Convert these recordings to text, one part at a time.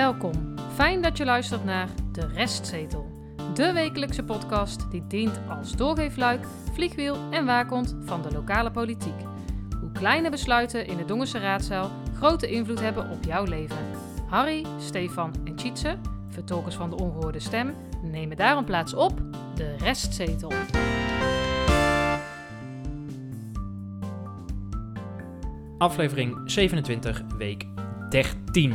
Welkom. Fijn dat je luistert naar De Restzetel. De wekelijkse podcast die dient als doorgeefluik, vliegwiel en waakhond van de lokale politiek. Hoe kleine besluiten in de Dongense raadzaal grote invloed hebben op jouw leven. Harry, Stefan en Tjitse, vertolkers van de ongehoorde stem, nemen daarom plaats op De Restzetel. Aflevering 27, week 13.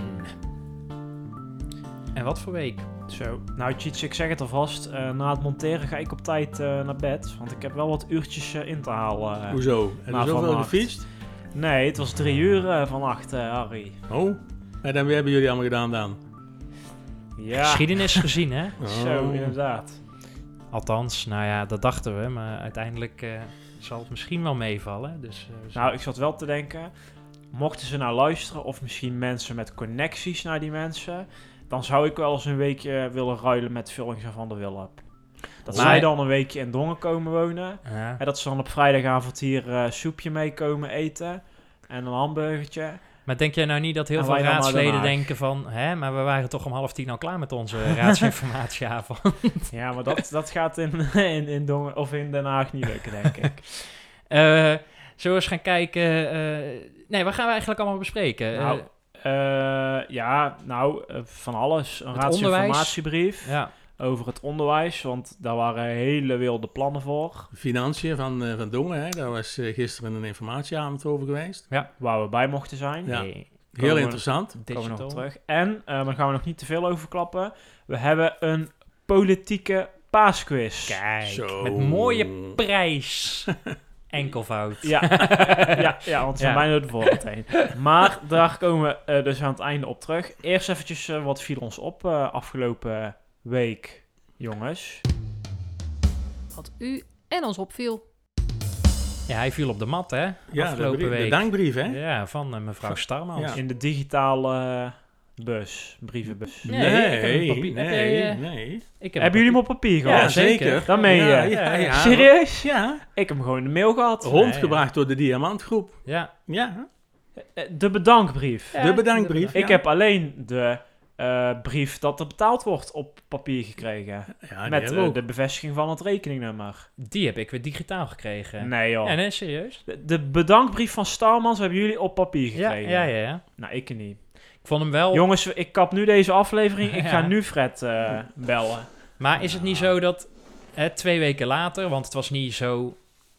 En wat voor week? Zo, nou Tjitse, ik zeg het alvast. Na het monteren ga ik op tijd naar bed. Want ik heb wel wat uurtjes in te halen. Hoezo? Heb je zoveel gefietst? Nee, het was 3 uur vannacht, Harry. Oh, en dan hebben jullie allemaal gedaan dan? Ja. Geschiedenis gezien, hè? Zo, inderdaad. Althans, nou ja, dat dachten we. Maar uiteindelijk zal het misschien wel meevallen. Dus, Nou, ik zat wel te denken, mochten ze nou luisteren of misschien mensen met connecties naar die mensen, dan zou ik wel eens een weekje willen ruilen met Vullings en Van der Willep. Dat zij dan een weekje in Dongen komen wonen. Ja. En dat ze dan op vrijdagavond hier soepje meekomen eten. En een hamburgertje. Maar denk jij nou niet dat heel En veel wij dan naar Den raadsleden Haag denken van... Hè, maar we waren toch om 9:30 al klaar met onze raadsinformatieavond. Ja, maar dat gaat in Dongen of in Den Haag niet lukken, denk ik. Zullen we eens gaan kijken... nee, wat gaan we eigenlijk allemaal bespreken? Van alles. Een Het raadsinformatiebrief Ja. over het onderwijs, want daar waren hele wilde plannen voor. Financiën van Dongen, hè? Daar was gisteren een informatieavond over geweest. Waar we bij mochten zijn. Ja. Nee, Heel interessant. Komen we nog digital. op terug. En, daar gaan we nog niet te veel over klappen. We hebben een politieke paasquiz. Kijk, Zo. met mooie prijs. Enkelvoud. Ja, want we Ja. zijn bijna de voorbeeld heen. Maar daar komen we dus aan het einde op terug. Eerst eventjes, wat viel ons op afgelopen week, jongens? Wat u en ons opviel. Ja, hij viel op de mat, hè? Ja, Afgelopen de week. dankbrief, hè? Ja, van mevrouw Starmans. Ja. In de digitale brievenbus. Nee, ik heb een papier- heb jij, nee. Ik heb Hebben jullie hem op papier gehad? Ja, zeker. Dat meen je? Ja. Serieus? Ja, Ik heb hem gewoon in de mail gehad. rondgebracht door de Diamantgroep. Ja, Ja, De bedankbrief. Ja, de bedankbrief. Ik heb alleen de brief dat er betaald wordt op papier gekregen. Ja, die Met hebben we ook. de bevestiging van het rekeningnummer. die heb ik weer digitaal gekregen. Nee joh. Ja, nee, serieus? De bedankbrief van Starmans hebben jullie op papier Ja, gekregen. ja. Nou, ik niet. Ik vond hem wel... Jongens, ik kap nu deze aflevering. Ik ga Ja. nu Fred bellen. Maar is het niet zo dat 2 weken later, want het was niet zo...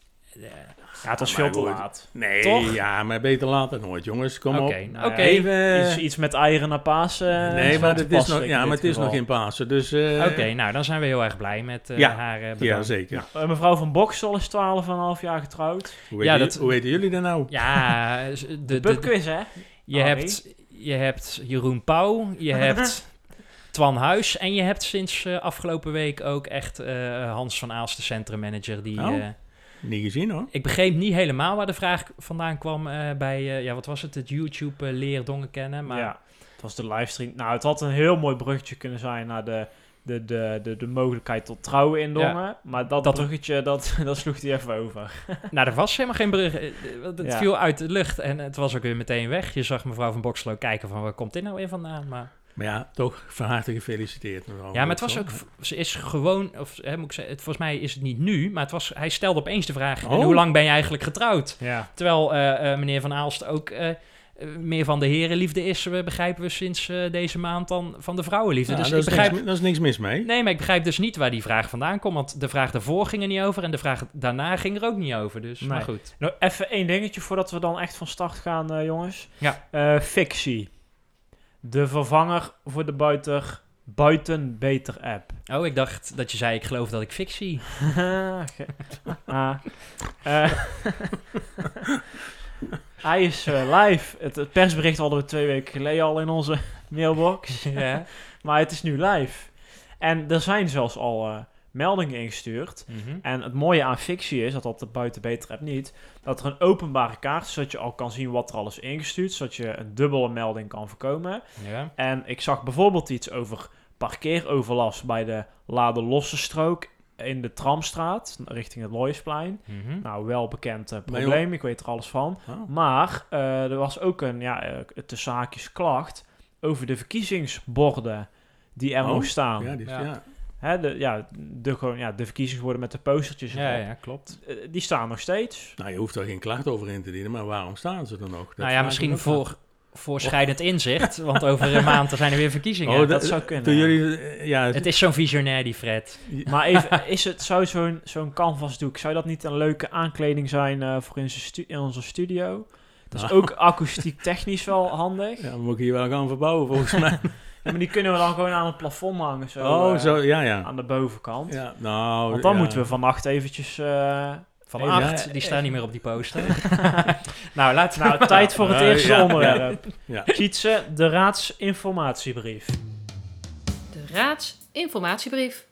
Ja, het was Maar veel te goed. laat. Nee, Toch? ja, maar beter laat dan nooit, jongens. Kom op. Oké, Nou, oké. Even... Iets met eieren naar Pasen. nee, maar het is nog, in ja, maar dit het is nog geval. geen Pasen, dus... Oké, nou, dan zijn we heel erg blij met Ja. haar Ja, bedankt. zeker. Mevrouw van Boksel is 12,5 jaar getrouwd. Hoe weten jullie dat nou? Ja, De pubquiz, hè? je hebt Jeroen Pauw, je hebt Twan Huis en je hebt sinds afgelopen week ook echt Hans van Aalst, de centrummanager. Die, Oh. Niet gezien, hoor. ik begreep niet helemaal waar de vraag vandaan kwam bij, wat was het YouTube Leer Dongen kennen. Maar Ja, het was de livestream. Nou, het had een heel mooi bruggetje kunnen zijn naar de mogelijkheid tot trouwen in Dongen. Ja. Maar dat bruggetje, dat sloeg hij even over. nou, er was helemaal geen brug. Het Ja. viel uit de lucht en het was ook weer meteen weg. Je zag mevrouw van Bokselo kijken van, waar komt dit nou weer vandaan? Maar Maar ja, toch van harte gefeliciteerd, mevrouw. ja, maar het was ook, ze is gewoon, of moet ik zeggen, volgens mij is het niet nu, maar hij stelde opeens de vraag, Oh. en hoe lang ben je eigenlijk getrouwd? Ja. Terwijl meneer Van Aalst ook meer van de herenliefde is, begrijpen we sinds deze maand dan van de vrouwenliefde. Ja, Dus daar ik is begrijp... daar is niks mis mee. Nee, maar ik begrijp dus niet waar die vraag vandaan komt, want de vraag daarvoor ging er niet over en de vraag daarna ging er ook niet over. Dus, Nee. maar goed. Nou, even één dingetje voordat we dan echt van start gaan, jongens. Ja. Fictie. De vervanger voor de buiten beter app. Oh, ik dacht dat je zei, ik geloof dat ik fictie. Hij is live. Het persbericht hadden we 2 weken geleden al in onze mailbox. Ja. Maar het is nu live. En er zijn zelfs al meldingen ingestuurd. Mhm. En het mooie aan fictie is, dat op de buiten beter app niet, dat er een openbare kaart is, zodat je al kan zien wat er al is ingestuurd, zodat je een dubbele melding kan voorkomen. Ja. En ik zag bijvoorbeeld iets over parkeeroverlast bij de Lade Losse strook in de Tramstraat, richting het Looijersplein. Mhm. Nou, wel bekend probleem, ik weet er alles van. Oh. Maar er was ook een, tussen haakjes klacht, over de verkiezingsborden die er nog staan. Ja, die, Ja. ja. Hè, de verkiezingsborden met de postertjes erop. Ja, klopt. Die staan nog steeds. Nou, je hoeft er geen klacht over in te dienen, maar waarom staan ze er nog? Dat Nou ja, vraag misschien ik me ook af. voor scheidend inzicht, want over een maand zijn er weer verkiezingen. Oh, dat zou kunnen. Toen jullie, Het is zo'n visionair, die Fred. Maar even, zou zo'n canvasdoek, zou dat niet een leuke aankleding zijn voor in onze studio? Dat is Nou. ook akoestiek technisch wel handig. Ja, dan moet ik hier wel gaan verbouwen volgens mij. Ja, maar die kunnen we dan gewoon aan het plafond hangen. Zo, Oh, zo, ja. aan de bovenkant. Ja, nou, Want dan ja. moeten we vannacht eventjes... Van Even- 8, die staan niet meer op die poster. Nou, laten we... Nou, tijd voor het eerste ja, onderwerp. Ja. Kietse, de raadsinformatiebrief. De raadsinformatiebrief.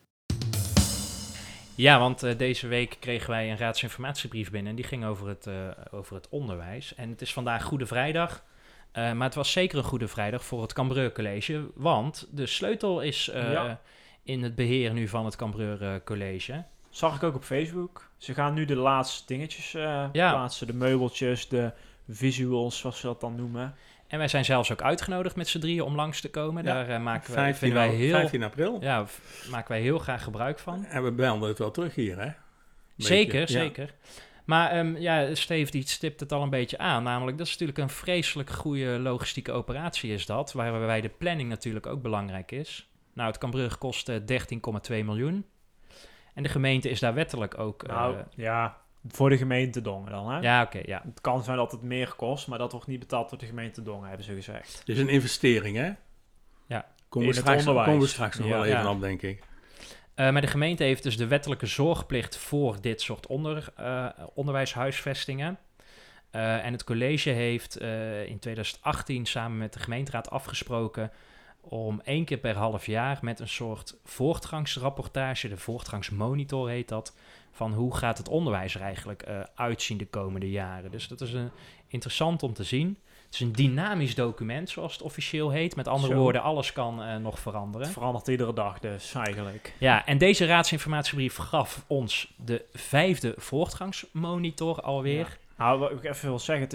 Ja, want deze week kregen wij een raadsinformatiebrief binnen. En die ging over het onderwijs. En het is vandaag Goede Vrijdag. Maar het was zeker een Goede Vrijdag voor het Cambreur College. Want de sleutel is in het beheer nu van het Cambreur College. Zag ik ook op Facebook. Ze gaan nu de laatste dingetjes plaatsen. De meubeltjes, de visuals, zoals ze dat dan noemen. En wij zijn zelfs ook uitgenodigd met z'n drieën om langs te komen. Ja, Daar maken 15 april. maken wij heel graag gebruik van. En we belden het wel terug hier, hè? Zeker, Ja. zeker. Maar Steve die stipt het al een beetje aan. Namelijk, dat is natuurlijk een vreselijk goede logistieke operatie is dat. Waarbij de planning natuurlijk ook belangrijk is. Nou, het Cambreur kost 13,2 miljoen. En de gemeente is daar wettelijk ook... Voor de gemeente Dongen dan, hè? ja, oké, ja. Het kan zijn dat het meer kost, maar dat wordt niet betaald door de gemeente Dongen, hebben ze gezegd. Het is een investering, hè? Ja. Komen we In het onderwijs. straks nog Ja. wel even Ja. op, denk ik. Maar de gemeente heeft dus de wettelijke zorgplicht voor dit soort onderwijshuisvestingen. En het college heeft in 2018 samen met de gemeenteraad afgesproken om 1 keer per half jaar met een soort voortgangsrapportage, de voortgangsmonitor heet dat, van hoe gaat het onderwijs er eigenlijk uitzien de komende jaren. Dus dat is interessant om te zien. Het is een dynamisch document, zoals het officieel heet. Met andere Zo. woorden, alles kan nog veranderen. Het verandert iedere dag dus, eigenlijk. Ja, en deze raadsinformatiebrief gaf ons de 5e voortgangsmonitor alweer. Nou, wat ik even wil zeggen,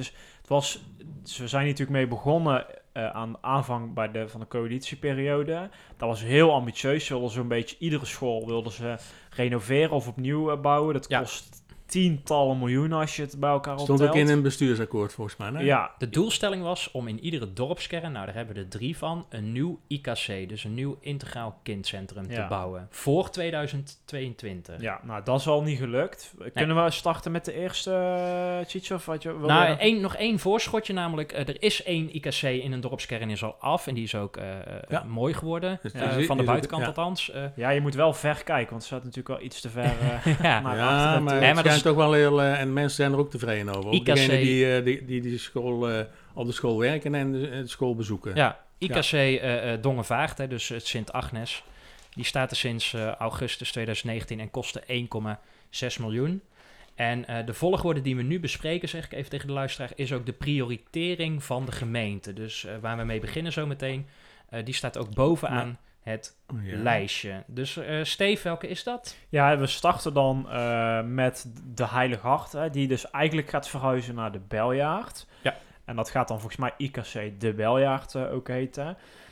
we zijn natuurlijk mee begonnen aan de aanvang van de coalitieperiode. Dat was heel ambitieus. Ze wilden zo'n beetje iedere school wilden ze renoveren of opnieuw bouwen. Dat Ja. kost tientallen miljoenen als je het bij elkaar optelt. Stond ook in een bestuursakkoord, volgens mij, hè? Ja, De doelstelling was om in iedere dorpskern, nou daar hebben we er 3 van, een nieuw IKC, dus een nieuw integraal kindcentrum te Ja. bouwen. Voor 2022. ja, nou dat is al niet gelukt. Kunnen we starten met de eerste, Chicho? Of wat je wilde? Nou, nog één voorschotje, namelijk er is 1 IKC in een dorpskern, is al af en die is ook Ja. mooi geworden, Dus van de buitenkant ja. althans. Ja, je moet wel ver kijken, want het staat natuurlijk wel iets te ver Ja. naar Ja, achteren. maar Nee, het maar dat schijnt toch wel heel... en mensen zijn er ook tevreden over. Ook IKC degenen die school, op de school werken en de school bezoeken. Ja, IKC Dongenvaart, hè, dus het Sint-Agnes, die staat er sinds augustus 2019 en kostte 1,6 miljoen. En de volgorde die we nu bespreken, zeg ik even tegen de luisteraar, is ook de prioritering van de gemeente. Dus waar we mee beginnen zometeen, die staat ook bovenaan het Ja. lijstje. Dus Steve, welke is dat? Ja, we starten dan met de Heilige Hart, hè, die dus eigenlijk gaat verhuizen naar de Beljaard. Ja. En dat gaat dan volgens mij IKC de Beljaard ook heten.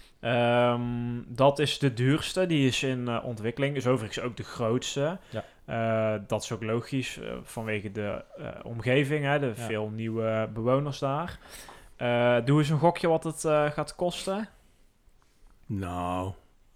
Dat is de duurste, die is in ontwikkeling, is overigens ook de grootste. Ja. Dat is ook logisch vanwege de omgeving, hè, de veel nieuwe bewoners daar. Doe eens een gokje wat het gaat kosten. Nou,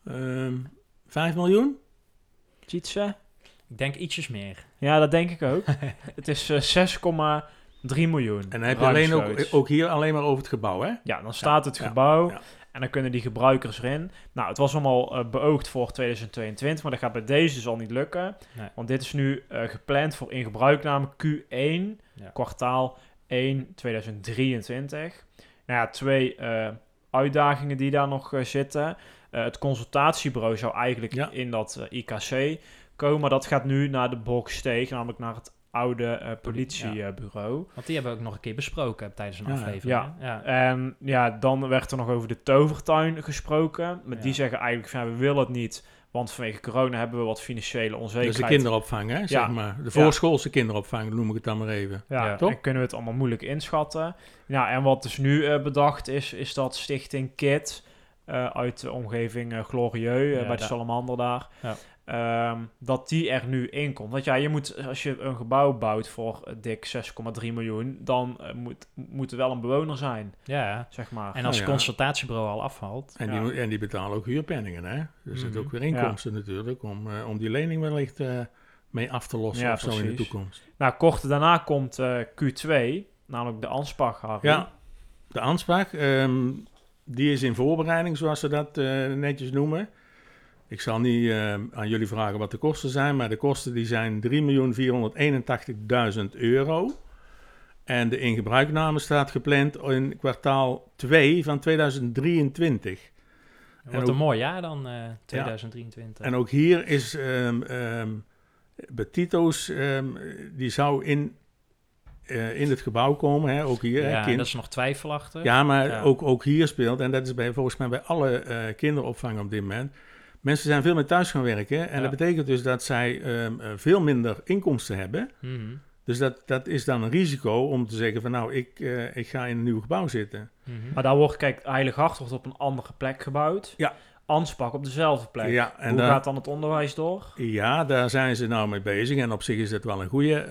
5 miljoen? Tjitse? Ik denk ietsjes meer. Ja, dat denk ik ook. Het is 6,3 miljoen. En dan heb je alleen ruimschoots. ook hier alleen maar over het gebouw, hè? Ja, dan staat het ja, gebouw ja. en dan kunnen die gebruikers erin. Nou, het was allemaal beoogd voor 2022, maar dat gaat bij deze dus al niet lukken. Nee. Want dit is nu gepland voor ingebruikname Q1, kwartaal 1 2023. Nou ja, 2 uitdagingen die daar nog zitten. Het consultatiebureau zou eigenlijk in dat IKC komen, maar dat gaat nu naar de Bolksteeg, namelijk naar het oude politiebureau. Want die hebben we ook nog een keer besproken tijdens een aflevering. Ja. Hè? Ja. En ja, dan werd er nog over de tovertuin gesproken. Maar die zeggen eigenlijk van, we willen het niet, want vanwege corona hebben we wat financiële onzekerheid. Dus de kinderopvang, hè, zeg maar. De voorschoolse kinderopvang, noem ik het dan maar even. Ja, toch? en kunnen we het allemaal moeilijk inschatten. Ja, en wat dus nu bedacht is dat Stichting KID uit de omgeving Glorieux, bij de Salamander daar. Ja. Dat die er nu in komt. Want ja, je moet, als je een gebouw bouwt voor dik 6,3 miljoen, dan moet er wel een bewoner zijn, zeg maar. En als het consultatiebureau al afvalt. En die betalen ook huurpenningen, hè? Dus er zitten ook weer inkomsten natuurlijk, om die lening wellicht mee af te lossen of zo in de toekomst. Nou, kort daarna komt Q2, namelijk de Anspach, Harry. Ja, de Anspach, die is in voorbereiding, zoals ze dat netjes noemen. Ik zal niet aan jullie vragen wat de kosten zijn, maar de kosten die zijn €3.481.000. En de ingebruikname staat gepland in kwartaal 2 van 2023. Wat een mooi jaar dan, 2023. En ook hier is Betito's, die zou in het gebouw komen, hè, ook hier. Ja, dat is nog twijfelachtig. Ja, maar ook hier speelt, en dat is volgens mij bij alle kinderopvang op dit moment. Mensen zijn veel meer thuis gaan werken en dat betekent dus dat zij veel minder inkomsten hebben. Mm-hmm. Dus dat is dan een risico om te zeggen van nou, ik ga in een nieuw gebouw zitten. Mm-hmm. Maar daar wordt, Heilig Hart wordt op een andere plek gebouwd. Ja. Anspach op dezelfde plek. Ja, en hoe gaat dan het onderwijs door? Ja, daar zijn ze nou mee bezig en op zich is dat wel een goeie.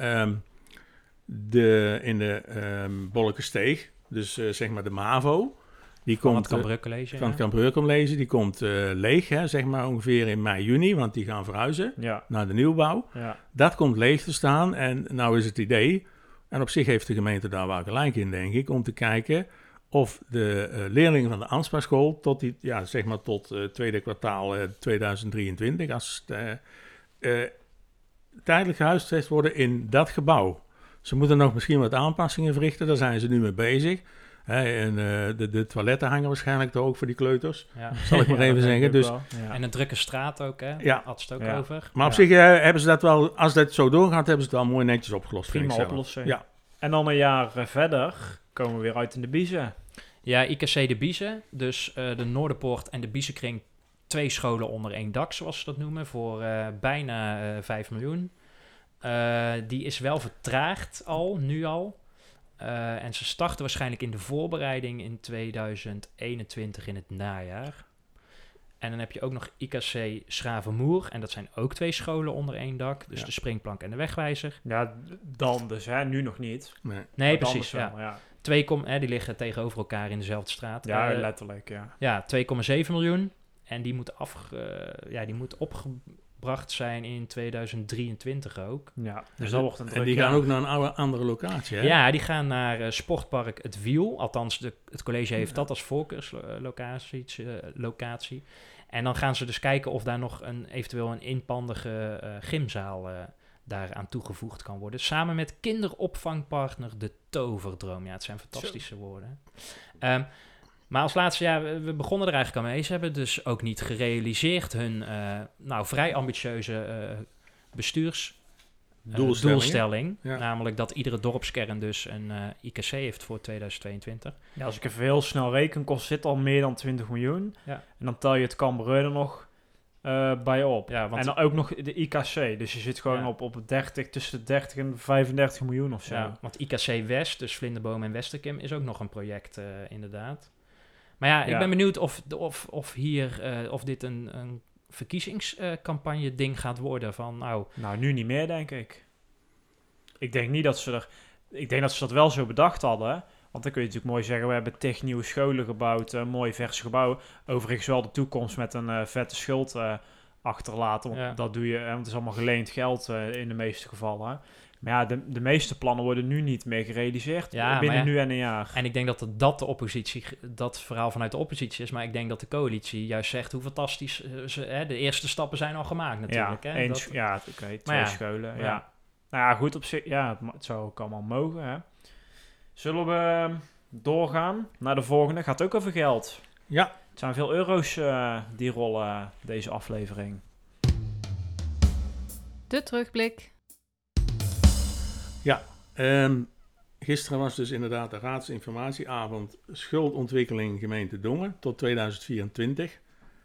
In de Bolkensteeg, dus zeg maar de MAVO, die Van komt het Cambreux College. van het Cambreux College, die komt leeg, hè, zeg maar ongeveer in mei, juni, want die gaan verhuizen naar de nieuwbouw. Ja. Dat komt leeg te staan en nou is het idee, en op zich heeft de gemeente daar wel gelijk in, denk ik, om te kijken of de leerlingen van de Anspachschool tot tweede kwartaal 2023, als tijdelijk gehuisvest worden in dat gebouw. Ze moeten nog misschien wat aanpassingen verrichten, daar zijn ze nu mee bezig. En de toiletten hangen waarschijnlijk er ook voor die kleuters, zal ik maar even zeggen. Dus, en een drukke straat ook, hè? Had ze het ook over. Maar op zich hebben ze dat wel, als dat zo doorgaat, hebben ze het wel mooi netjes opgelost. Prima oplossing. Ja. En dan een jaar verder komen we weer uit in de Biezen. Ja, IKC de Biezen, dus de Noorderpoort en de Biezenkring, 2 scholen onder 1 dak, zoals ze dat noemen, voor bijna 5 miljoen. Die is wel vertraagd nu al. En ze starten waarschijnlijk in de voorbereiding in 2021 in het najaar. En dan heb je ook nog IKC Schravenmoer. En dat zijn ook 2 scholen onder 1 dak. Dus de Springplank en de Wegwijzer. Ja, dan dus, hè? Nu nog niet. Nee, precies. Wel, ja. 2, die liggen tegenover elkaar in dezelfde straat. Ja, letterlijk, ja. Ja, 2,7 miljoen. En die moet opgebracht zijn in 2023 ook. Ja, dus dat wordt een druk. En die gaan ook naar een andere locatie, hè? Ja, die gaan naar Sportpark Het Wiel. Althans, het college heeft dat als voorkeurslocatie. En dan gaan ze dus kijken of daar nog eventueel een inpandige gymzaal daaraan toegevoegd kan worden. Samen met kinderopvangpartner De Toverdroom. Ja, het zijn fantastische woorden. Maar als laatste, we begonnen er eigenlijk al mee. Ze hebben dus ook niet gerealiseerd hun vrij ambitieuze bestuursdoelstelling. Namelijk dat iedere dorpskern dus een IKC heeft voor 2022. Ja, als ik even heel snel reken, kost dit al meer dan 20 miljoen. Ja. En dan tel je het Cambreux er nog bij op. Ja, want en dan ook nog de IKC. Dus je zit gewoon op tussen de 30 en 35 miljoen of zo. Ja, want IKC West, dus Vlinderboom en Westerkim, is ook nog een project inderdaad. Maar ja, ik ben benieuwd of dit een verkiezingscampagne ding gaat worden van nou, nu niet meer, denk ik. Ik denk dat ze dat wel zo bedacht hadden. Want dan kun je natuurlijk mooi zeggen, we hebben 10 nieuwe scholen gebouwd, mooi verse gebouwen. Overigens wel de toekomst met een vette schuld achterlaten. Want dat doe je, want het is allemaal geleend geld in de meeste gevallen. Maar ja, de meeste plannen worden nu niet meer gerealiseerd binnen nu en een jaar. En ik denk dat verhaal vanuit de oppositie is. Maar ik denk dat de coalitie juist zegt hoe fantastisch de eerste stappen zijn al gemaakt natuurlijk. Ja, twee scholen. Ja. Nou ja, goed op zich. Ja, het zou ook allemaal mogen. Hè. Zullen we doorgaan naar de volgende? Gaat ook over geld. Ja. Het zijn veel euro's die rollen deze aflevering. De terugblik. Ja, gisteren was dus inderdaad de raadsinformatieavond schuldontwikkeling gemeente Dongen tot 2024.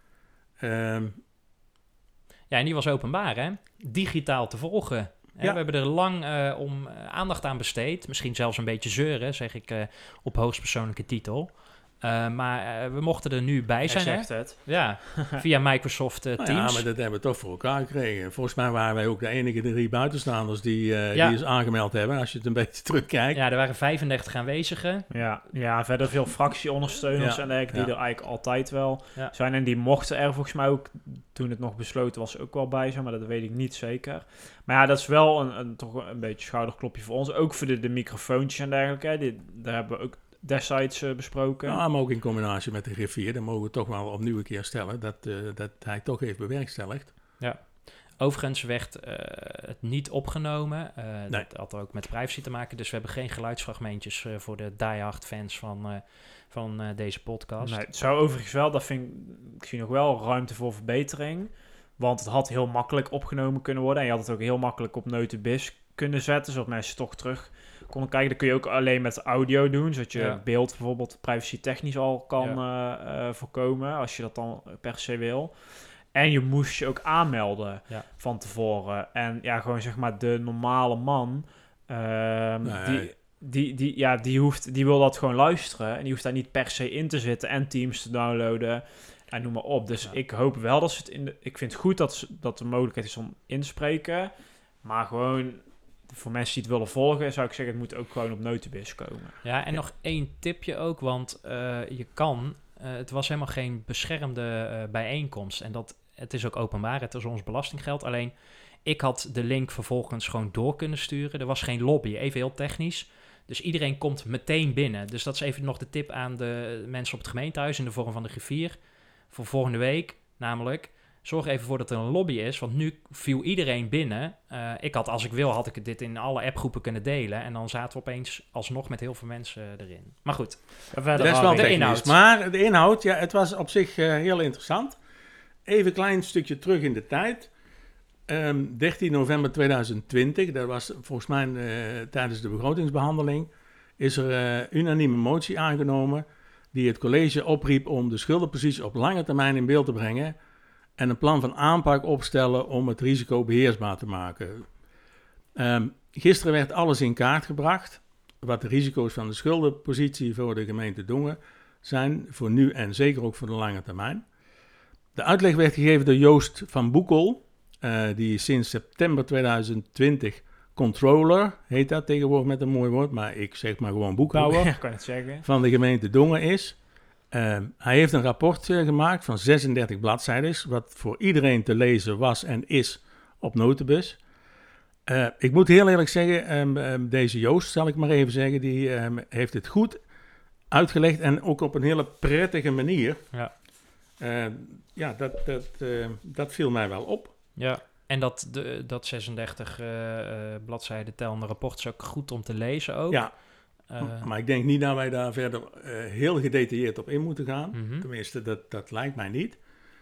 Ja, en die was openbaar, hè? Digitaal te volgen. We hebben er lang om aandacht aan besteed. Misschien zelfs een beetje zeuren, zeg ik op hoogstpersoonlijke titel. Maar we mochten er nu bij Hij zijn. zegt Hè? het. Ja, via Microsoft Teams. Ja, maar dat hebben we toch voor elkaar gekregen. Volgens mij waren wij ook de enige 3 buitenstaanders die eens aangemeld hebben. Als je het een beetje terugkijkt. Ja, er waren 35 aanwezigen. Ja, verder veel fractieondersteuners en dergelijke die er eigenlijk altijd wel zijn. En die mochten er volgens mij ook, toen het nog besloten was, ook wel bij zijn. Maar dat weet ik niet zeker. Maar ja, dat is wel toch een beetje schouderklopje voor ons. Ook voor de microfoontjes en dergelijke. Hè. Daar hebben we ook destijds besproken. Ja, maar ook in combinatie met de griffier. Dan mogen we toch wel opnieuw een keer stellen dat hij toch heeft bewerkstelligd. Ja. Overigens werd het niet opgenomen. Nee. Dat had ook met privacy te maken. Dus we hebben geen geluidsfragmentjes voor de diehard fans van deze podcast. Nee, het zou overigens wel, dat vind ik zie nog wel ruimte voor verbetering. Want het had heel makkelijk opgenomen kunnen worden. En je had het ook heel makkelijk op Notebis kunnen zetten. Zodat mensen toch terug konden kijken. Dat kun je ook alleen met audio doen. Zodat je beeld bijvoorbeeld privacy technisch al kan voorkomen. Als je dat dan per se wil. En je moest je ook aanmelden van tevoren. En ja, gewoon zeg maar de normale man. Die wil dat gewoon luisteren. En die hoeft daar niet per se in te zitten. En Teams te downloaden. En noem maar op. Dus ik hoop wel dat ze het ik vind het goed dat de mogelijkheid is om in te spreken. Maar gewoon voor mensen die het willen volgen, zou ik zeggen, het moet ook gewoon op Notebis komen. Ja, en nog 1 tipje ook, want je kan... het was helemaal geen beschermde bijeenkomst. En het is ook openbaar, het is ons belastinggeld. Alleen, ik had de link vervolgens gewoon door kunnen sturen. Er was geen lobby, even heel technisch. Dus iedereen komt meteen binnen. Dus dat is even nog de tip aan de mensen op het gemeentehuis in de vorm van de griffier. Voor volgende week, namelijk, zorg even voor dat er een lobby is. Want nu viel iedereen binnen. Als ik wil, had ik dit in alle appgroepen kunnen delen. En dan zaten we opeens alsnog met heel veel mensen erin. Maar goed, dat is wel de inhoud. Maar de inhoud, ja, het was op zich heel interessant. Even een klein stukje terug in de tijd. 13 november 2020, dat was volgens mij tijdens de begrotingsbehandeling, is er unanieme motie aangenomen die het college opriep om de schuldenpositie op lange termijn in beeld te brengen en een plan van aanpak opstellen om het risico beheersbaar te maken. Gisteren werd alles in kaart gebracht, wat de risico's van de schuldenpositie voor de gemeente Dongen zijn, voor nu en zeker ook voor de lange termijn. De uitleg werd gegeven door Joost van Boekel, die sinds september 2020 controller, heet dat tegenwoordig met een mooi woord, maar ik zeg maar gewoon boekhouder, kan het zeggen, van de gemeente Dongen is. Hij heeft een rapport gemaakt van 36 bladzijden, wat voor iedereen te lezen was en is op Notebis. Ik moet heel eerlijk zeggen, deze Joost, zal ik maar even zeggen, die heeft het goed uitgelegd en ook op een hele prettige manier. Ja. Dat viel mij wel op. Ja, en dat 36 bladzijden tellende rapport is ook goed om te lezen ook. Ja, maar ik denk niet dat wij daar verder heel gedetailleerd op in moeten gaan. Mm-hmm. Tenminste, dat lijkt mij niet.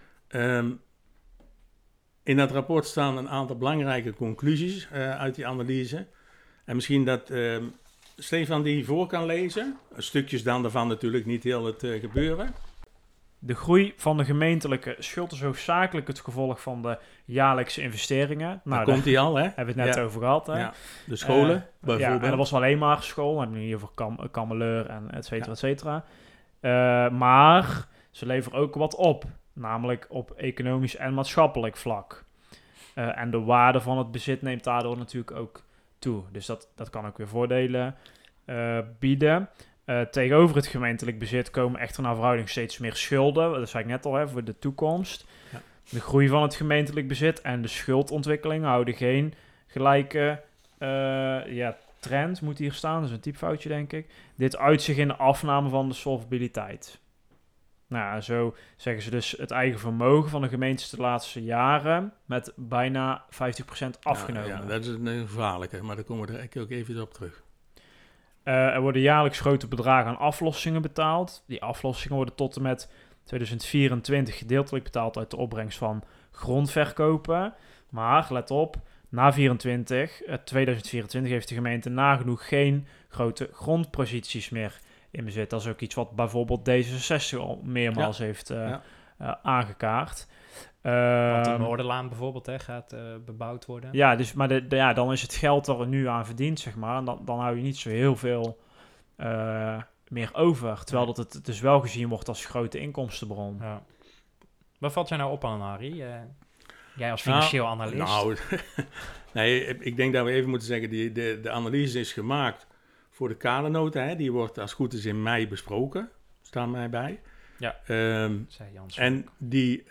In dat rapport staan een aantal belangrijke conclusies uit die analyse. En misschien dat Stefan die voor kan lezen. Stukjes dan daarvan natuurlijk, niet heel het gebeuren. De groei van de gemeentelijke schuld is hoofdzakelijk het gevolg van de jaarlijkse investeringen. Daar komt hij al, hè? Hebben we het net over gehad, hè? Ja. De scholen, bijvoorbeeld. Ja, en dat was alleen maar school. We hebben nu hier voor Kameleur en et cetera, et cetera. Maar ze leveren ook wat op. Namelijk op economisch en maatschappelijk vlak. En de waarde van het bezit neemt daardoor natuurlijk ook toe. Dus dat kan ook weer voordelen bieden. Tegenover het gemeentelijk bezit komen echter naar verhouding steeds meer schulden. Dat zei ik net al, hè, voor de toekomst. Ja. De groei van het gemeentelijk bezit en de schuldontwikkeling houden geen gelijke trend, moet hier staan. Dat is een typfoutje, denk ik. Dit uit zich in de afname van de solvabiliteit. Nou, zo zeggen ze dus het eigen vermogen van de gemeentes de laatste jaren met bijna 50% afgenomen. Ja, dat is een gevaarlijke, maar daar komen we er ook even op terug. Er worden jaarlijks grote bedragen aan aflossingen betaald. Die aflossingen worden tot en met 2024 gedeeltelijk betaald uit de opbrengst van grondverkopen. Maar, let op, na 2024 heeft de gemeente nagenoeg geen grote grondposities meer in bezit. Dat is ook iets wat bijvoorbeeld D66 al meermaals heeft aangekaart. Want de Noorderlaan bijvoorbeeld gaat bebouwd worden. Ja, dus, maar dan is het geld er nu aan verdiend, zeg maar. En dan hou je niet zo heel veel meer over. Terwijl dat het dus wel gezien wordt als grote inkomstenbron. Ja. Wat valt jij nou op aan, Harry? Jij als financieel analist. Nou, nee, ik denk dat we even moeten zeggen, de analyse is gemaakt voor de kadernota. Hè. Die wordt als het goed is in mei besproken. Staan mij bij. Ja, zei Jans. En die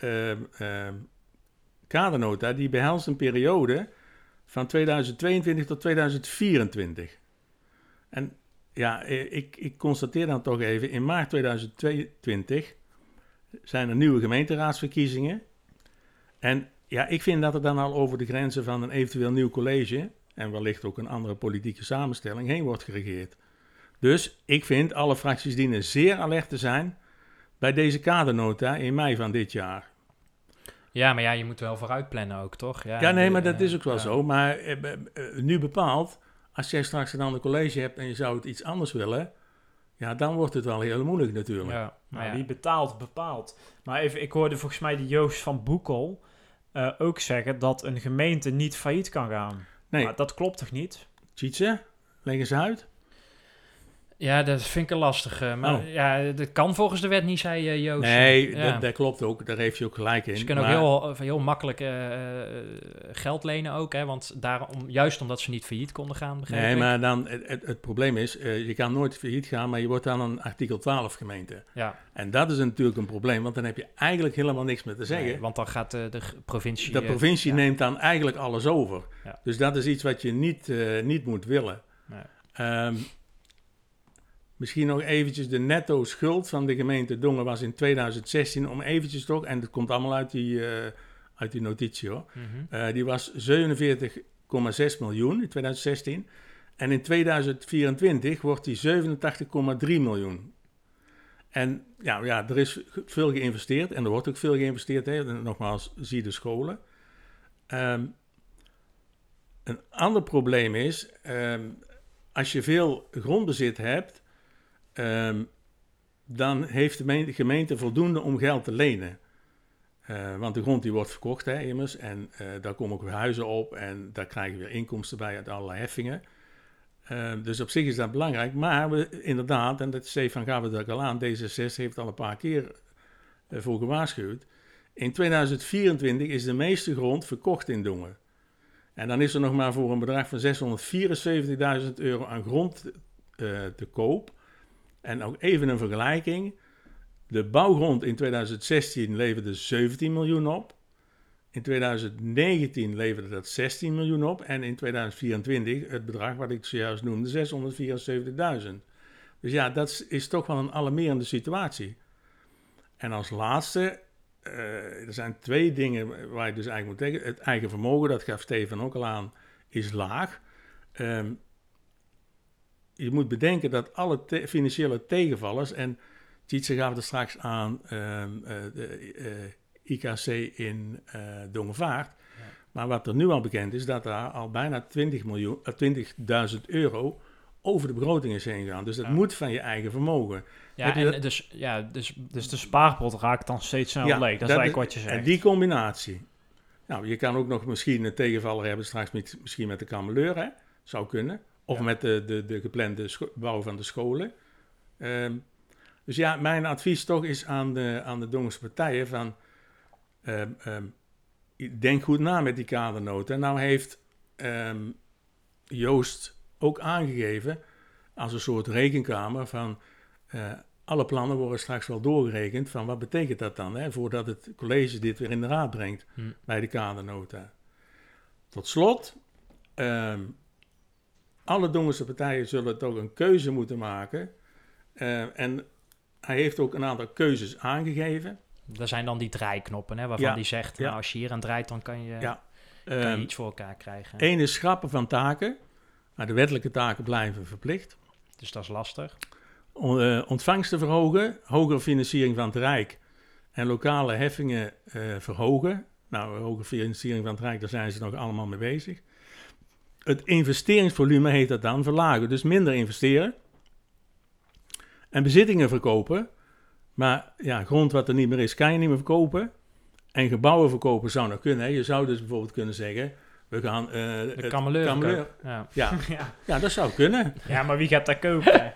kadernota die behelst een periode van 2022 tot 2024. En ja, ik constateer dan toch even, in maart 2022 zijn er nieuwe gemeenteraadsverkiezingen. En ja, ik vind dat er dan al over de grenzen van een eventueel nieuw college en wellicht ook een andere politieke samenstelling heen wordt geregeerd. Dus ik vind alle fracties dienen zeer alert te zijn bij deze kadernota in mei van dit jaar. Ja, maar ja, je moet wel vooruit plannen ook, toch? Ja, nee, maar dat is ook wel zo. Maar nu bepaald, als jij straks een ander college hebt en je zou het iets anders willen, ja, dan wordt het wel heel moeilijk natuurlijk. Ja, Nou, wie betaalt, bepaalt. Maar even, ik hoorde volgens mij die Joost van Boekel ook zeggen dat een gemeente niet failliet kan gaan. Nee. Maar dat klopt toch niet? Tjitse, leg eens uit. Ja, dat vind ik een lastige. Maar ja, dat kan volgens de wet niet, zei Joost. Nee, Ja. dat klopt ook. Daar heeft je ook gelijk in. Ze kunnen ook heel makkelijk geld lenen ook, hè, want juist omdat ze niet failliet konden gaan, begreep Nee, ik. maar dan, het probleem is, je kan nooit failliet gaan, maar je wordt dan een artikel 12 gemeente. Ja, En dat is natuurlijk een probleem, want dan heb je eigenlijk helemaal niks meer te zeggen. nee, want dan gaat de provincie... De provincie neemt dan eigenlijk alles over. Ja. Dus dat is iets wat je niet moet willen. Nee. Misschien nog eventjes de netto schuld van de gemeente Dongen was in 2016, om eventjes toch, en dat komt allemaal uit die notitie hoor, die was 47,6 miljoen in 2016. En in 2024 wordt die 87,3 miljoen. En ja, er is veel geïnvesteerd en er wordt ook veel geïnvesteerd. Hè. Nogmaals, zie de scholen. Een ander probleem is, als je veel grondbezit hebt, dan heeft de gemeente voldoende om geld te lenen. Want de grond die wordt verkocht, hè, immers, en daar komen ook weer huizen op en daar krijgen we weer inkomsten bij uit allerlei heffingen. Dus op zich is dat belangrijk, maar we inderdaad, en dat Stefan gaf het ook al aan, D66 heeft al een paar keer voor gewaarschuwd. In 2024 is de meeste grond verkocht in Dongen. En dan is er nog maar voor een bedrag van €674.000 aan grond te koop. En ook even een vergelijking. De bouwgrond in 2016 leverde 17 miljoen op. In 2019 leverde dat 16 miljoen op. En in 2024 het bedrag wat ik zojuist noemde, 674.000. Dus ja, dat is toch wel een alarmerende situatie. En als laatste, er zijn twee dingen waar je dus eigenlijk moet denken. Het eigen vermogen, dat gaf Stefan ook al aan, is laag. Je moet bedenken dat alle financiële tegenvallers, en Tjitse gaf er straks aan de IKC in Dongevaart, maar wat er nu al bekend is, dat daar al bijna 20.000 euro over de begroting is heen gegaan. Dus dat moet van je eigen vermogen. Ja, en Dus de spaarpot raakt dan steeds sneller leeg. Dat is eigenlijk wat je zegt. En die combinatie. Nou, je kan ook nog misschien een tegenvaller hebben straks misschien met de kameleur, hè? Zou kunnen. Of met de geplande bouw van de scholen. Dus ja, mijn advies toch is aan de Dongense partijen van, denk goed na met die kadernota. Nou heeft Joost ook aangegeven als een soort rekenkamer van alle plannen worden straks wel doorgerekend van wat betekent dat dan, hè, voordat het college dit weer in de raad brengt bij de kadernota. Tot slot, alle Dongense partijen zullen toch een keuze moeten maken. En hij heeft ook een aantal keuzes aangegeven. Er zijn dan die draaiknoppen, hè, waarvan die zegt, nou, als je hier aan draait, dan kan je iets voor elkaar krijgen. Eén is schrappen van taken, maar de wettelijke taken blijven verplicht. Dus dat is lastig. Ontvangsten verhogen, hogere financiering van het Rijk en lokale heffingen verhogen. Nou, hogere financiering van het Rijk, daar zijn ze nog allemaal mee bezig. Het investeringsvolume heet dat dan, verlagen, dus minder investeren. En bezittingen verkopen, maar ja, grond wat er niet meer is, kan je niet meer verkopen. En gebouwen verkopen zou nog kunnen. Hè. Je zou dus bijvoorbeeld kunnen zeggen, we gaan... de kameleur. Ja, dat zou kunnen. Ja, maar wie gaat dat kopen?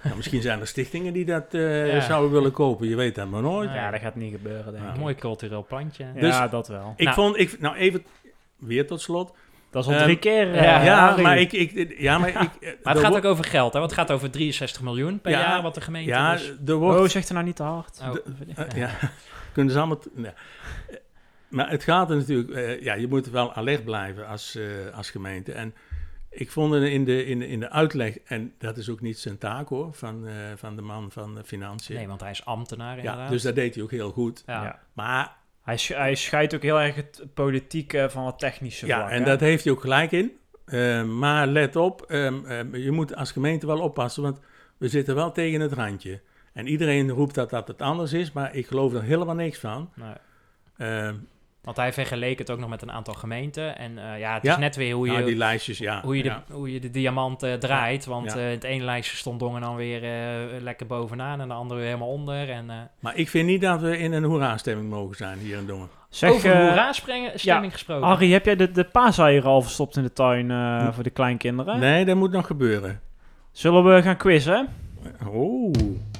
Nou, misschien zijn er stichtingen die dat zouden willen kopen. Je weet dat maar nooit. Ja, dat gaat niet gebeuren, denk Een ik. mooi cultureel plantje. Ja, Dus- dat wel. Nou, even weer tot slot. Dat is al 3 Ehm, keer. ja, Maar Maar het gaat ook over geld, hè? Want het gaat over 63 miljoen per Ja, jaar wat de gemeente Ja, dus... er wordt... Oh, zegt er nou niet te hard. Oh. Ja, kunnen ze allemaal... nee. Maar het gaat er natuurlijk... je moet wel alert blijven als gemeente. En ik vond het in de uitleg... En dat is ook niet zijn taak, hoor, van de man van Financiën. Nee, want hij is ambtenaar inderdaad. Ja, dus dat deed hij ook heel goed. Ja. Ja. Maar Hij scheidt ook heel erg het politieke van het technische vlak. en hè? dat heeft hij ook gelijk in. Maar let op, je moet als gemeente wel oppassen, want we zitten wel tegen het randje. En iedereen roept dat het anders is, maar ik geloof er helemaal niks van. Nee. Want hij vergeleek het ook nog met een aantal gemeenten. En het Ja. is net weer hoe je... Die lijstjes, Hoe je de diamant draait. Want Ja. in het ene lijstje stond Dongen dan weer lekker bovenaan en de andere weer helemaal onder. En, Maar ik vind niet dat we in een hoera-stemming mogen zijn hier in Dongen. over hoera-stemming gesproken. Harry, heb jij de paaseieren al verstopt in de tuin voor de kleinkinderen? Nee, dat moet nog gebeuren. Zullen we gaan quizzen? Oh,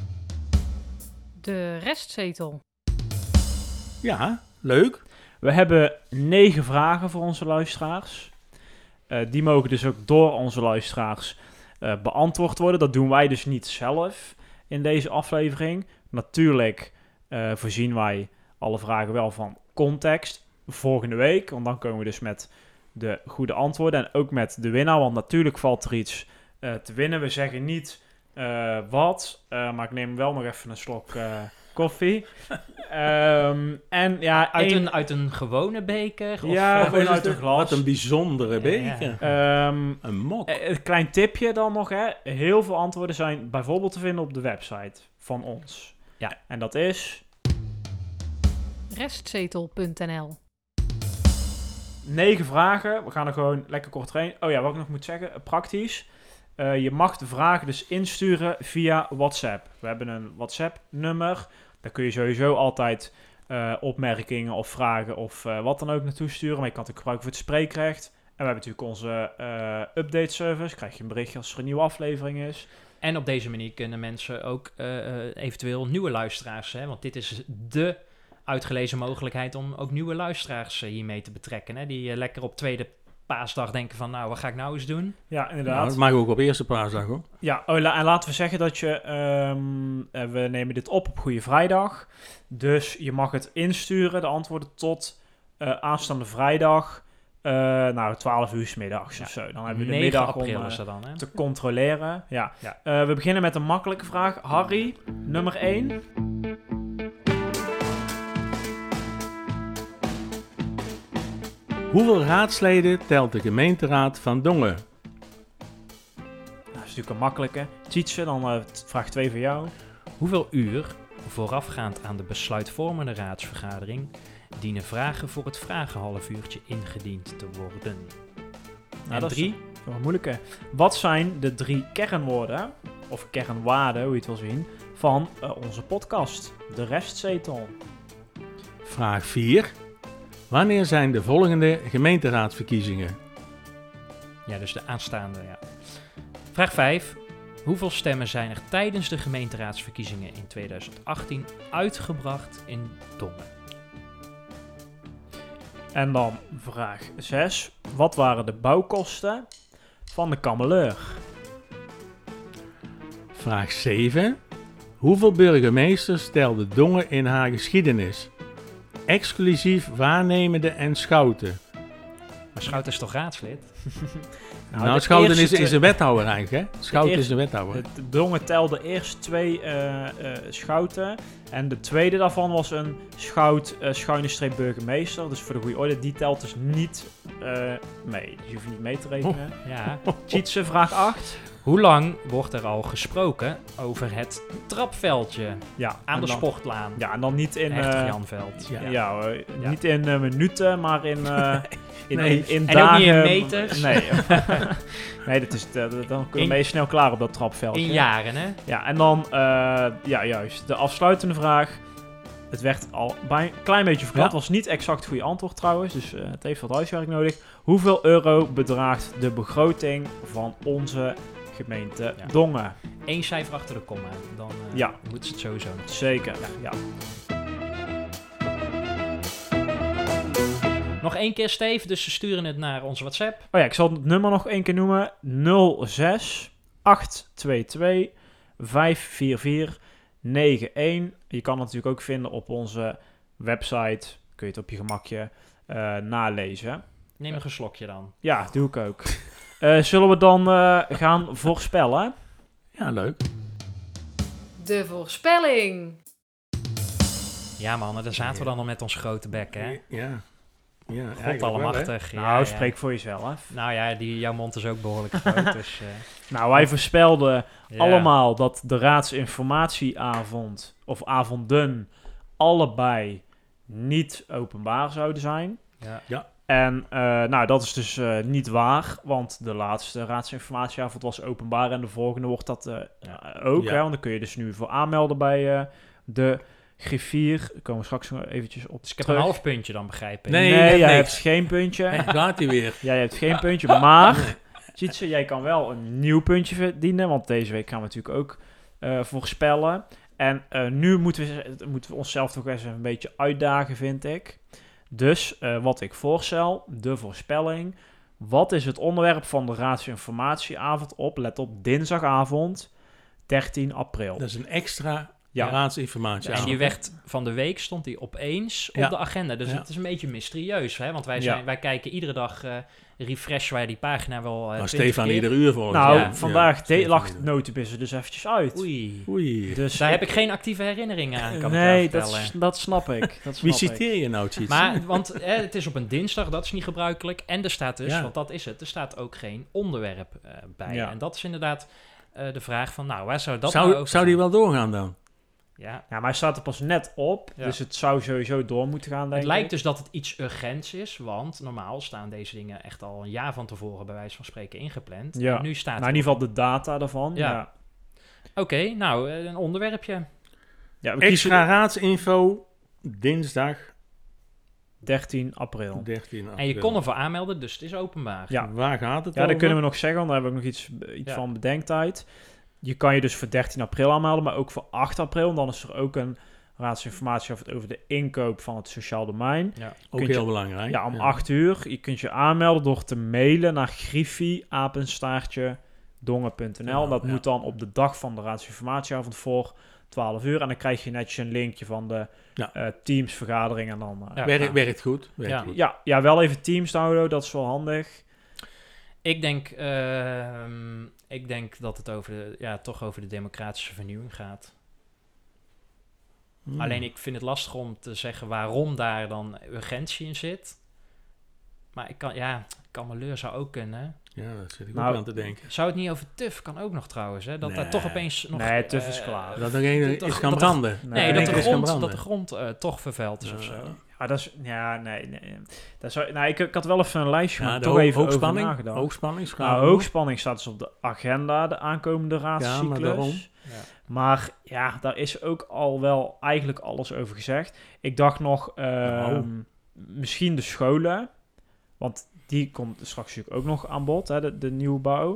De restzetel. ja, leuk. We hebben 9 vragen voor onze luisteraars. Die mogen dus ook door onze luisteraars beantwoord worden. Dat doen wij dus niet zelf in deze aflevering. Natuurlijk voorzien wij alle vragen wel van context volgende week. Want dan komen we dus met de goede antwoorden en ook met de winnaar. Want natuurlijk valt er iets te winnen. We zeggen niet wat, maar ik neem wel nog even een slok koffie. En ja, Uit een gewone beker? Of, Ja, gewoon Wat uit een glas. Wat een bijzondere beker. Een mok. Een klein tipje dan nog, hè. Heel veel antwoorden zijn bijvoorbeeld te vinden op de website van ons. Ja. En dat is Restzetel.nl. 9 vragen. We gaan er gewoon lekker kort heen. Oh ja, wat ik nog moet zeggen, praktisch. Je mag de vragen dus insturen via WhatsApp. We hebben een WhatsApp-nummer. Daar kun je sowieso altijd opmerkingen of vragen of wat dan ook naartoe sturen. Maar je kan het ook gebruiken voor het spreekrecht. En we hebben natuurlijk onze update-service. Krijg je een berichtje als er een nieuwe aflevering is. En op deze manier kunnen mensen ook eventueel nieuwe luisteraars... Hè, want dit is de uitgelezen mogelijkheid om ook nieuwe luisteraars hiermee te betrekken. Hè, die lekker op tweede paasdag denken van... nou, wat ga ik nou eens doen? Ja, Nou, inderdaad. dat mag ook op eerste paasdag, hoor. Ja, en laten we zeggen dat je... we nemen dit op Goede Vrijdag. Dus je mag het insturen, de antwoorden, tot aanstaande vrijdag. 12 uur 's middags of zo. Dan hebben we de 9 middag april om is dat dan, hè? te controleren. Ja. Ja. We beginnen met een makkelijke vraag. Harry, nummer 1. Hoeveel raadsleden telt de gemeenteraad van Dongen? Dat is natuurlijk een makkelijke. Tjitse, dan vraag 2 voor jou. Hoeveel uur voorafgaand aan de besluitvormende raadsvergadering dienen vragen voor het vragenhalfuurtje ingediend te worden? En dat is 3, een moeilijke. Wat zijn de 3 kernwoorden, of kernwaarden, hoe je het wil zien, van onze podcast? De restzetel. Vraag 4. Wanneer zijn de volgende gemeenteraadsverkiezingen? ja, dus de aanstaande, ja. Vraag 5. Hoeveel stemmen zijn er tijdens de gemeenteraadsverkiezingen in 2018 uitgebracht in Dongen? En dan vraag 6. Wat waren de bouwkosten van de Kameleur? Vraag 7. Hoeveel burgemeesters telde Dongen in haar geschiedenis? Exclusief waarnemende en schouten. Maar Schout is toch raadslid? Nou, de schouten eerste is een wethouder eigenlijk, hè? Schouten eerste- is een wethouder. De Dongen telde eerst 2 schouten. En de tweede daarvan was een schout schuine streep burgemeester. Dus voor de goede orde, die telt dus niet mee. Dus je hoeft niet mee te rekenen. Ja. Tjitse, vraag 8. Hoe lang wordt er al gesproken over het trapveldje Ja, aan en de dan- Sportlaan? Ja, en dan niet in... Hertog Janveld. Ja. Ja, Ja. niet in minuten, maar in, Nee. in En ook dagen. niet in meters? Nee, nee dan kunnen we snel klaar op dat trapveldje. In jaren, hè? Ja, en dan, ja juist, de afsluitende vraag. Het werd al bij een klein beetje verklapt. Ja. Was niet exact het goede antwoord trouwens, dus het heeft wat huiswerk nodig. Hoeveel euro bedraagt de begroting van onze gemeente Ja. Dongen? één cijfer achter de komma. Dan moeten ze het sowieso nog. Zeker, ja. Nog 1 keer, Steve, dus ze sturen het naar onze WhatsApp. Oh ja, ik zal het nummer nog 1 keer noemen. 06 822 544 91. Je kan het natuurlijk ook vinden op onze website. Kun je het op je gemakje nalezen. Neem een slokje dan. Ja, doe ik ook. Zullen we dan gaan voorspellen? Ja, leuk. De voorspelling. Ja man, daar zaten we dan al met ons grote bek, hè? Ja. Ja, God eigenlijk wel, hè? allemachtig. Nou, spreek voor jezelf. Nou ja, jouw mond is ook behoorlijk groot, dus... Nou, wij voorspelden ja. allemaal dat de raadsinformatieavond of avonden allebei niet openbaar zouden zijn. Ja. En nou, dat is dus niet waar, want de laatste raadsinformatieavond was openbaar en de volgende wordt dat ook. Ja. Hè, want dan kun je dus nu voor aanmelden bij de griffier. Daar komen we straks nog eventjes op Dus ik heb terug. een half puntje dan, begrijp ik. Nee, jij niks. hebt geen puntje. Gaat hij weer. Jij hebt geen puntje, maar Tjitse, jij kan wel een nieuw puntje verdienen, want deze week gaan we natuurlijk ook voorspellen. En nu moeten we onszelf toch eens een beetje uitdagen, vind ik. Dus wat ik voorstel, de voorspelling. Wat is het onderwerp van de raadsinformatieavond op, let op, dinsdagavond 13 april. Dat is een extra Ja. raadsinformatie. En die werd van de week stond die opeens op Ja. de agenda. Dus Ja. het is een beetje mysterieus, hè? Want wij kijken iedere dag, refreshen wij die pagina wel. Maar 20 Stefan keer. ieder uur volgens Nou, Ja. vandaag Stefan lag ieder. notenbisse dus eventjes uit. Oei. Oei. Dus Daar heb ik geen actieve herinneringen aan, kan nee, ik wel vertellen. dat snap ik. Dat Wie snap ik. citeer je nou, Tjits? Maar, want het is op een dinsdag, dat is niet gebruikelijk. En er staat dus, Ja. want dat is het, er staat ook geen onderwerp bij. Ja. En dat is inderdaad de vraag van, nou, waar zou dat nou over Zou die gaan? wel doorgaan dan? Ja, Ja, maar hij staat er pas net op, Ja. dus het zou sowieso door moeten gaan, denk het lijkt ik. dus dat het iets urgents is, want normaal staan deze dingen echt al een jaar van tevoren bij wijze van spreken ingepland. Ja. En nu staat Nou, in ieder geval de data daarvan. Ja. Ja. Oké, nou, een onderwerpje. Ja, we kiezen Extra raadsinfo, dinsdag 13 april. 13 april. En je kon ervoor aanmelden, dus het is openbaar. Ja. Waar gaat het Ja, over? dat kunnen we nog zeggen, want daar hebben we ook nog iets Ja. van bedenktijd. Je kan je dus voor 13 april aanmelden, maar ook voor 8 april. En dan is er ook een raadsinformatie over de inkoop van het sociaal domein. Ja. Ook kunt je- heel belangrijk. Ja, om 8 uur. Je kunt je aanmelden door te mailen naar griffie@dongen.nl. Ja, Dat ja. moet dan op de dag van de raadsinformatieavond voor 12 uur. En dan krijg je netjes een linkje van de Ja. Teams-vergadering. En dan, Ja. Werkt goed. Werkt Ja. goed. ja, wel even Teams downloaden, dat is wel handig. Ik denk dat het toch over de democratische vernieuwing gaat. Alleen ik vind het lastig om te zeggen waarom daar dan urgentie in zit. Maar Kameleur zou ook kunnen. Ja, daar zit ik Nou, ook aan te denken. Zou het niet over TUF kan ook nog trouwens, hè? Dat daar Nee. toch opeens nog... Nee, TUF is klaar. Dat er een toch- is gaan dat- branden. Nee, Nee, dat, ik de is gaan grond, branden. toch vervuild is of zo. Ja, dat is... Ja, nee. Dat zou, nou, ik had wel even een lijstje, maar Ja, toch even over hoogspanning. nagedacht. Hoogspanning. Nou, hoogspanning staat dus op de agenda, de aankomende raadscyclus. maar daarom. Ja. Maar ja, daar is ook al wel eigenlijk alles over gezegd. Ik dacht nog, misschien de scholen. Want die komt straks natuurlijk ook nog aan bod, hè, de nieuwbouw.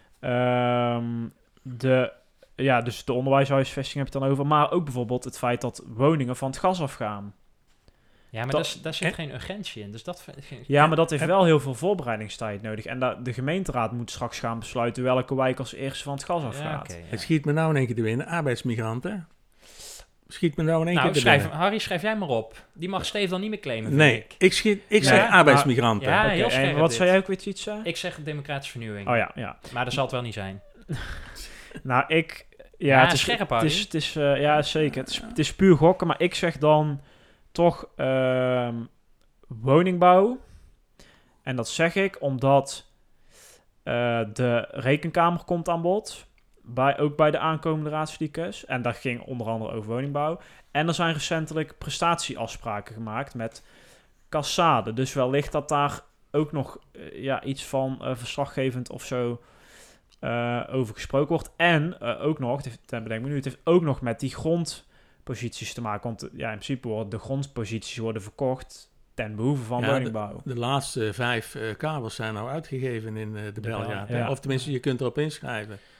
Dus de onderwijshuisvesting heb je het dan over. Maar ook bijvoorbeeld het feit dat woningen van het gas afgaan. Ja, maar Dat- daar zit geen urgentie in. Dus dat vind ik... Ja, maar dat heeft wel heel veel voorbereidingstijd nodig. En de gemeenteraad moet straks gaan besluiten welke wijk als eerste van het gas afgaat. oké, ja. Het schiet me nou in één keer te winnen. Arbeidsmigranten. Schiet me nou in één Nou, keer te winnen. Harry, schrijf jij maar op. Die mag Steve dan niet meer claimen, vind Nee, ik. ik zeg Ja, arbeidsmigranten. Ja, Oké, heel en scherp wat dit. zei jij ook weer, Tjitsa? Ik zeg democratische vernieuwing. Oh ja. Maar dat zal het wel niet zijn. Nou, Ja, het is scherp, het is, ja, zeker. Het is puur gokken, maar ik zeg dan toch woningbouw. En dat zeg ik omdat de rekenkamer komt aan bod. Ook bij de aankomende raadscyclus. En dat ging onder andere over woningbouw. En er zijn recentelijk prestatieafspraken gemaakt met Cassade. Dus wellicht dat daar ook nog iets van verslaggevend of zo over gesproken wordt. En ook nog, het heeft ook nog met die grondposities te maken. Want in principe worden de grondposities verkocht ten behoeve van Ja, woningbouw. De laatste 5 kabels zijn nou uitgegeven in de Belgaat. ja. Of tenminste, je kunt erop inschrijven.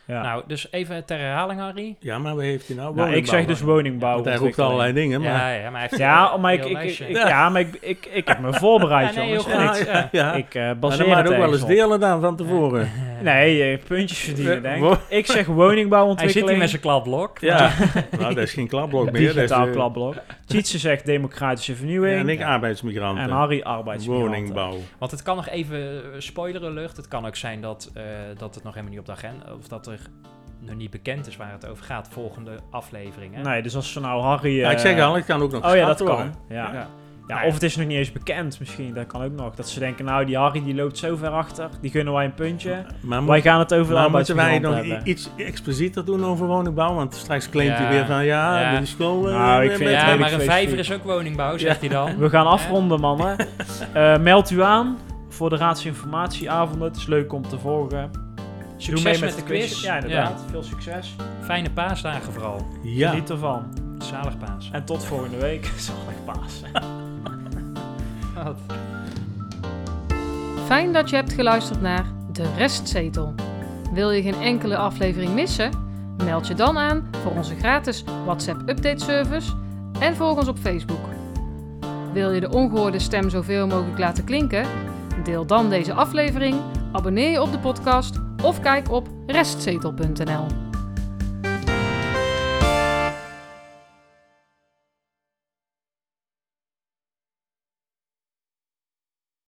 Ja. Nou, dus even ter herhaling, Harry. Ja, maar wat heeft hij nou? Nou, ik zeg dus woningbouw. Want hij roept allerlei dingen, maar... Ja, maar hij heeft Ja, maar een heel lijstje. ik heb me voorbereid, Ja, nee, jongens. heel En goed. ik, Ja. ik Maar baseer dan mag het je ook wel eens ergens op. delen dan van tevoren. Nee, puntjes verdienen, denk Wo- ik. Ik zeg Hij woningbouwontwikkeling. zit hier met zijn kladblok. Ja, nou, dat is geen klapblok meer. Dat is, Digitaal klapblok. Tjitse zegt democratische vernieuwing. en ik arbeidsmigranten. En Harry arbeidsmigranten. Woningbouw. Want het kan nog even spoileren lucht. Het kan ook zijn dat het nog helemaal niet op de agenda... Of dat er nog niet bekend is waar het over gaat. Volgende aflevering. Hè? Nee, dus als we nou Harry... Ja, ik zeg al, het kan ook nog Oh ja, dat geschrapt worden. kan. Ja. Ja. Ja, of het is nog niet eens bekend misschien. Dat kan ook nog. Dat ze denken, nou, die Harry die loopt zo ver achter. Die gunnen wij een puntje. Maar, Wij gaan het over de maar moeten wij arbeidsmigranten nog hebben. iets explicieter doen over woningbouw? Want straks claimt Ja. hij weer van, Ja. de school... Nou, ik vind het Ja, redelijk maar een vijver specifiek. is ook woningbouw, zegt hij dan. We gaan afronden, mannen. Meld u aan voor de raadsinformatieavonden. Het is leuk om te volgen. Succes Doe mee met de quiz. Ja, inderdaad. Veel succes. Fijne paasdagen vooral. Ja. Geniet ervan. Zalig paas. En tot volgende week. Zalig Pasen. Fijn dat je hebt geluisterd naar De Restzetel. Wil je geen enkele aflevering missen? Meld je dan aan voor onze gratis WhatsApp-update-service en volg ons op Facebook. Wil je de ongehoorde stem zoveel mogelijk laten klinken? Deel dan deze aflevering, abonneer je op de podcast of kijk op restzetel.nl.